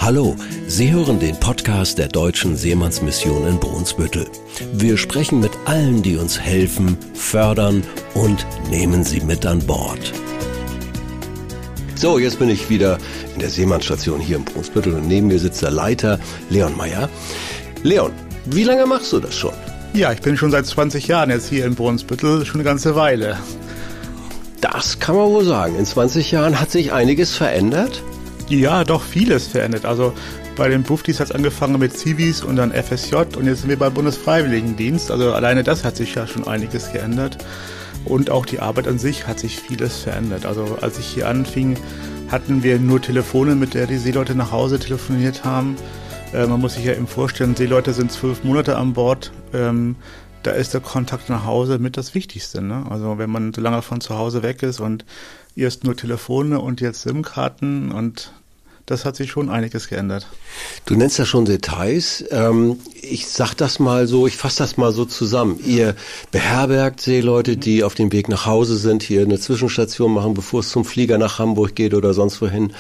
Hallo, Sie hören den Podcast der Deutschen Seemannsmission in Brunsbüttel. Wir sprechen mit allen, die uns helfen, fördern und nehmen sie mit an Bord. So, jetzt bin ich wieder in der Seemannsstation hier in Brunsbüttel und neben mir sitzt der Leiter Leon Meyer. Leon, wie lange machst du das schon? Ja, ich bin schon seit 20 Jahren jetzt hier in Brunsbüttel, schon eine ganze Weile. Das kann man wohl sagen. In 20 Jahren hat sich einiges verändert? Ja, doch vieles verändert. Also bei den Buftis hat es angefangen mit Zivis und dann FSJ und jetzt sind wir beim Bundesfreiwilligendienst. Also alleine das hat sich ja schon einiges geändert. Und auch die Arbeit an sich hat sich vieles verändert. Also als ich hier anfing, hatten wir nur Telefone, mit der die Seeleute nach Hause telefoniert haben. Man muss sich ja eben vorstellen, Seeleute sind 12 Monate an Bord. Da ist der Kontakt nach Hause mit das Wichtigste, ne? Also wenn man so lange von zu Hause weg ist und erst nur Telefone und jetzt SIM-Karten und das hat sich schon einiges geändert. Du nennst ja schon Details. Ich sag das mal so, ich fasse das mal so zusammen. Ihr beherbergt Seeleute, die auf dem Weg nach Hause sind, hier eine Zwischenstation machen, bevor es zum Flieger nach Hamburg geht oder sonst wohin.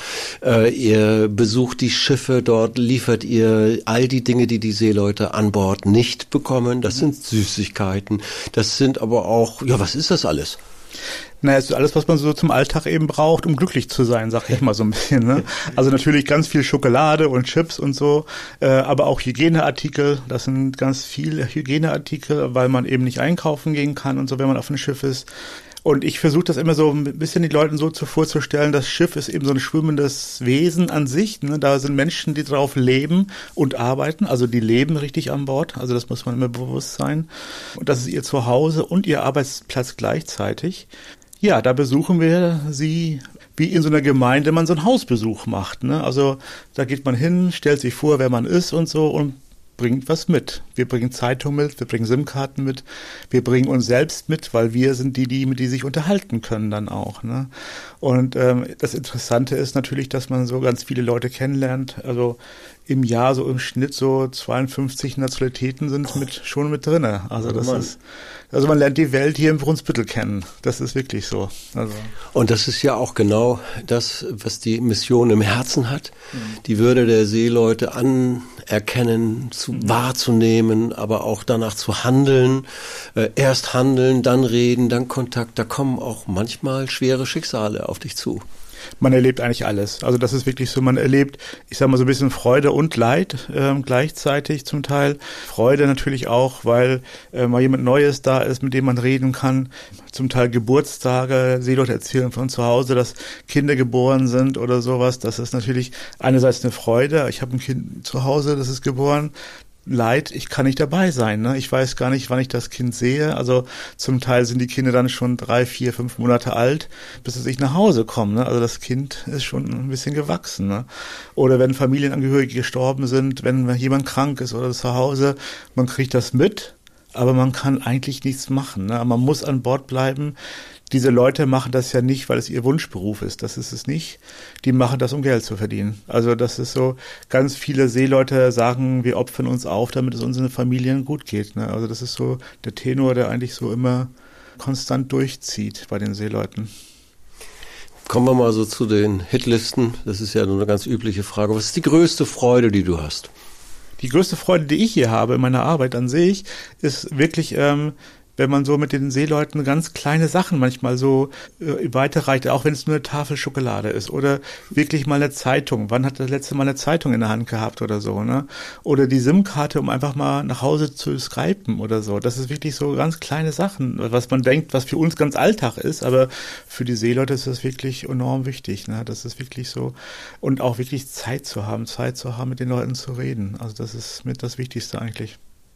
Ihr besucht die Schiffe, dort liefert ihr all die Dinge, die die Seeleute an Bord nicht bekommen. Das sind Süßigkeiten, das sind aber auch, ja, was ist das alles? Naja, es ist alles, was man so zum Alltag eben braucht, um glücklich zu sein, sag ich mal so ein bisschen, ne? Also natürlich ganz viel Schokolade und Chips und so, aber auch Hygieneartikel, das sind ganz viele Hygieneartikel, weil man eben nicht einkaufen gehen kann und so, wenn man auf dem Schiff ist. Und ich versuche das immer so ein bisschen den Leuten so vorzustellen, das Schiff ist eben so ein schwimmendes Wesen an sich, ne? Da sind Menschen, die drauf leben und arbeiten, also die leben richtig an Bord, also das muss man immer bewusst sein. Und das ist ihr Zuhause und ihr Arbeitsplatz gleichzeitig. Ja, da besuchen wir sie, wie in so einer Gemeinde man so einen Hausbesuch macht, ne? Also da geht man hin, stellt sich vor, wer man ist und so und bringt was mit. Wir bringen Zeitung mit, wir bringen SIM-Karten mit, wir bringen uns selbst mit, weil wir sind die, mit die sich unterhalten können dann auch, ne? Und das Interessante ist natürlich, dass man so ganz viele Leute kennenlernt. Also im Jahr so im Schnitt so 52 Nationalitäten sind schon mit drinne. Also das ist, also man lernt die Welt hier in Brunsbüttel kennen. Das ist wirklich so. Also. Und das ist ja auch genau das, was die Mission im Herzen hat. Die Würde der Seeleute anerkennen, wahrzunehmen, aber auch danach zu handeln. Erst handeln, dann reden, dann Kontakt. Da kommen auch manchmal schwere Schicksale auf dich zu. Man erlebt eigentlich alles. Also das ist wirklich so, man erlebt, ich sag mal so ein bisschen Freude und Leid gleichzeitig zum Teil. Freude natürlich auch, weil mal jemand Neues da ist, mit dem man reden kann. Zum Teil Geburtstage, Seeleute erzählen von zu Hause, dass Kinder geboren sind oder sowas. Das ist natürlich einerseits eine Freude. Ich habe ein Kind zu Hause, das ist geboren. Leid, ich kann nicht dabei sein, ne? Ich weiß gar nicht, wann ich das Kind sehe. Also zum Teil sind die Kinder dann schon 3, 4, 5 Monate alt, bis sie nach Hause kommen, ne? Also das Kind ist schon ein bisschen gewachsen, ne? Oder wenn Familienangehörige gestorben sind, wenn jemand krank ist oder zu Hause, man kriegt das mit, aber man kann eigentlich nichts machen, ne? Man muss an Bord bleiben. Diese Leute machen das ja nicht, weil es ihr Wunschberuf ist. Das ist es nicht. Die machen das, um Geld zu verdienen. Also das ist so, ganz viele Seeleute sagen, wir opfern uns auf, damit es unseren Familien gut geht, ne? Also das ist so der Tenor, der eigentlich so immer konstant durchzieht bei den Seeleuten. Kommen wir mal so zu den Hitlisten. Das ist ja nur eine ganz übliche Frage. Was ist die größte Freude, die du hast? Die größte Freude, die ich hier habe in meiner Arbeit an sich, ist wirklich, wenn man so mit den Seeleuten ganz kleine Sachen manchmal so weiterreicht, auch wenn es nur eine Tafel Schokolade ist oder wirklich mal eine Zeitung. Wann hat das letzte Mal eine Zeitung in der Hand gehabt oder so, ne? Oder die SIM-Karte, um einfach mal nach Hause zu skypen oder so. Das ist wirklich so ganz kleine Sachen, was man denkt, was für uns ganz Alltag ist, aber für die Seeleute ist das wirklich enorm wichtig, ne? Das ist wirklich so. Und auch wirklich Zeit zu haben, mit den Leuten zu reden. Also das ist mit das Wichtigste eigentlich.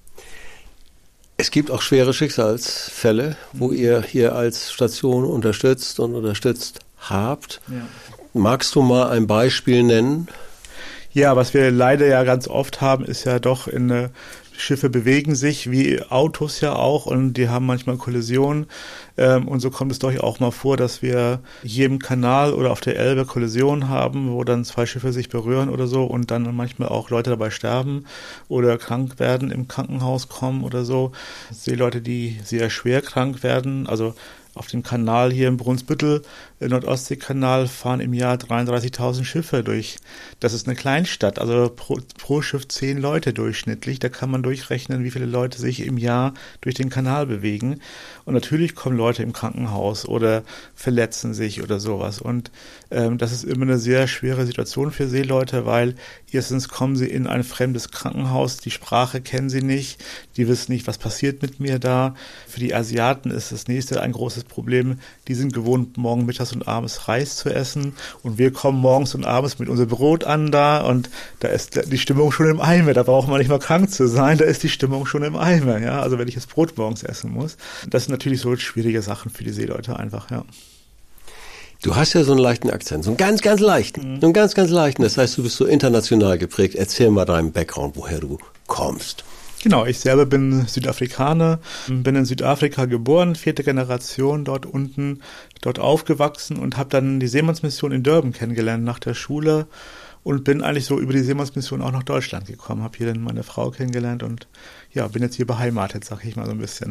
Es gibt auch schwere Schicksalsfälle, wo ihr hier als Station unterstützt habt. Ja. Magst du mal ein Beispiel nennen? Ja, was wir leider ja ganz oft haben, ist ja doch Schiffe bewegen sich, wie Autos ja auch, und die haben manchmal Kollisionen. Und so kommt es doch auch mal vor, dass wir hier im Kanal oder auf der Elbe Kollisionen haben, wo dann 2 Schiffe sich berühren oder so und dann manchmal auch Leute dabei sterben oder krank werden, im Krankenhaus kommen oder so. Seeleute, die sehr schwer krank werden, also Auf dem Kanal hier im Brunsbüttel, Nordostseekanal, fahren im Jahr 33.000 Schiffe durch. Das ist eine Kleinstadt, also pro Schiff 10 Leute durchschnittlich. Da kann man durchrechnen, wie viele Leute sich im Jahr durch den Kanal bewegen. Und natürlich kommen Leute im Krankenhaus oder verletzen sich oder sowas. Und das ist immer eine sehr schwere Situation für Seeleute, weil erstens kommen sie in ein fremdes Krankenhaus, die Sprache kennen sie nicht, die wissen nicht, was passiert mit mir da. Für die Asiaten ist das nächste ein großes Problem. Die sind gewohnt, morgen, mittags und abends Reis zu essen und wir kommen morgens und abends mit unserem Brot an da und da ist die Stimmung schon im Eimer. Da braucht man nicht mal krank zu sein, da ist die Stimmung schon im Eimer. Ja? Also wenn ich jetzt Brot morgens essen muss. Das sind natürlich so schwierige Sachen für die Seeleute einfach, ja. Du hast ja so einen leichten Akzent, so einen ganz, ganz leichten, so einen ganz, ganz leichten. Das heißt, du bist so international geprägt. Erzähl mal deinen Background, woher du kommst. Genau, ich selber bin Südafrikaner, bin in Südafrika geboren, 4. Generation dort aufgewachsen und habe dann die Seemannsmission in Durban kennengelernt nach der Schule und bin eigentlich so über die Seemannsmission auch nach Deutschland gekommen, habe hier dann meine Frau kennengelernt und ja, bin jetzt hier beheimatet, sag ich mal so ein bisschen.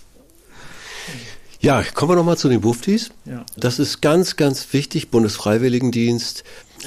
Ja, kommen wir nochmal zu den Buftis. Ja. Das ist ganz, ganz wichtig, Bundesfreiwilligendienst.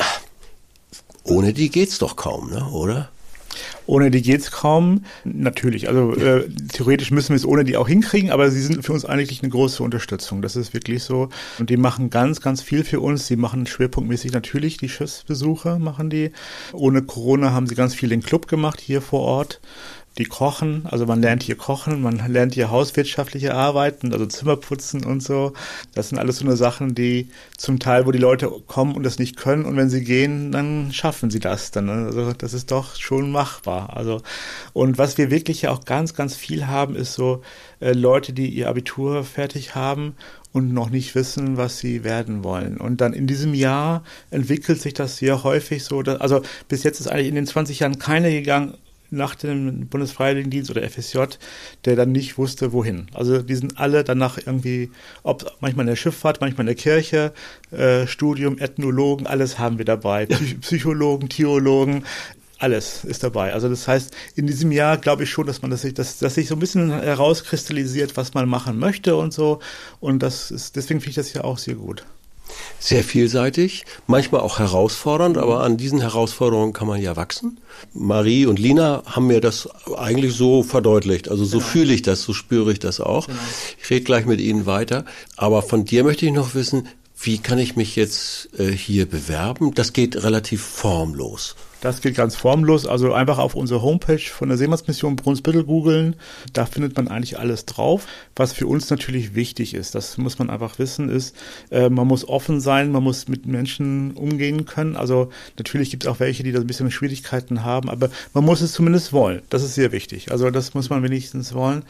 Ohne die geht's doch kaum, ne, oder? Ohne die geht's kaum, natürlich. Also theoretisch müssen wir es ohne die auch hinkriegen, aber sie sind für uns eigentlich eine große Unterstützung. Das ist wirklich so. Und die machen ganz, ganz viel für uns. Sie machen schwerpunktmäßig natürlich die Schiffsbesuche, machen die. Ohne Corona haben sie ganz viel den Club gemacht hier vor Ort. Die kochen, also man lernt hier kochen, man lernt hier hauswirtschaftliche Arbeiten, also Zimmer putzen und so. Das sind alles so eine Sachen, die zum Teil, wo die Leute kommen und das nicht können und wenn sie gehen, dann schaffen sie das dann. Also das ist doch schon machbar. Also und was wir wirklich ja auch ganz, ganz viel haben, ist so Leute, die ihr Abitur fertig haben und noch nicht wissen, was sie werden wollen. Und dann in diesem Jahr entwickelt sich das sehr häufig so, also bis jetzt ist eigentlich in den 20 Jahren keiner gegangen, nach dem Bundesfreiwilligendienst oder FSJ, der dann nicht wusste, wohin. Also die sind alle danach irgendwie, ob manchmal in der Schifffahrt, manchmal in der Kirche, Studium, Ethnologen, alles haben wir dabei. Psychologen, Theologen, alles ist dabei. Also das heißt, in diesem Jahr glaube ich schon, dass sich so ein bisschen herauskristallisiert, was man machen möchte und so. Und deswegen finde ich das ja auch sehr gut. Sehr vielseitig, manchmal auch herausfordernd, aber an diesen Herausforderungen kann man ja wachsen. Marie und Lina haben mir das eigentlich so verdeutlicht. Also so fühle ich das, so spüre ich das auch. Genau. Ich rede gleich mit Ihnen weiter. Aber von dir möchte ich noch wissen, wie kann ich mich jetzt hier bewerben? Das geht relativ formlos. Das geht ganz formlos, also einfach auf unsere Homepage von der Seemannsmission Brunsbüttel googeln. Da findet man eigentlich alles drauf. Was für uns natürlich wichtig ist, das muss man einfach wissen, ist, man muss offen sein, man muss mit Menschen umgehen können. Also natürlich gibt es auch welche, die da ein bisschen Schwierigkeiten haben, aber man muss es zumindest wollen. Das ist sehr wichtig. Also das muss man wenigstens wollen.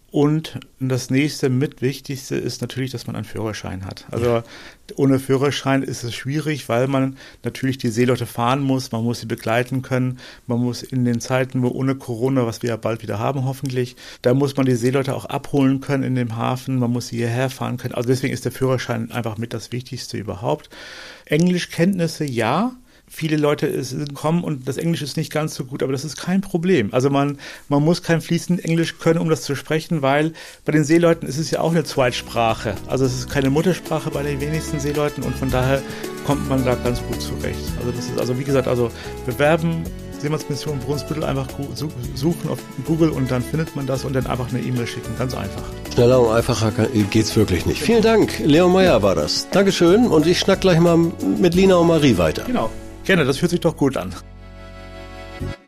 Und das nächste Wichtigste ist natürlich, dass man einen Führerschein hat. Also ohne Führerschein ist es schwierig, weil man natürlich die Seeleute fahren muss, man muss sie begleiten können, man muss in den Zeiten, wo ohne Corona, was wir ja bald wieder haben hoffentlich, da muss man die Seeleute auch abholen können in dem Hafen, man muss sie hierher fahren können. Also deswegen ist der Führerschein einfach mit das Wichtigste überhaupt. Englischkenntnisse, ja. Viele Leute kommen und das Englisch ist nicht ganz so gut, aber das ist kein Problem. Also man muss kein fließend Englisch können, um das zu sprechen, weil bei den Seeleuten ist es ja auch eine Zweitsprache. Also es ist keine Muttersprache bei den wenigsten Seeleuten und von daher kommt man da ganz gut zurecht. Also das ist wie gesagt, bewerben, Seemannsmission Brunsbüttel einfach suchen auf Google und dann findet man das und dann einfach eine E-Mail schicken. Ganz einfach. Schneller und einfacher geht's wirklich nicht. Vielen Dank. Leon Meyer war das. Dankeschön und ich schnack gleich mal mit Lina und Marie weiter. Genau. Gerne, das hört sich doch gut an.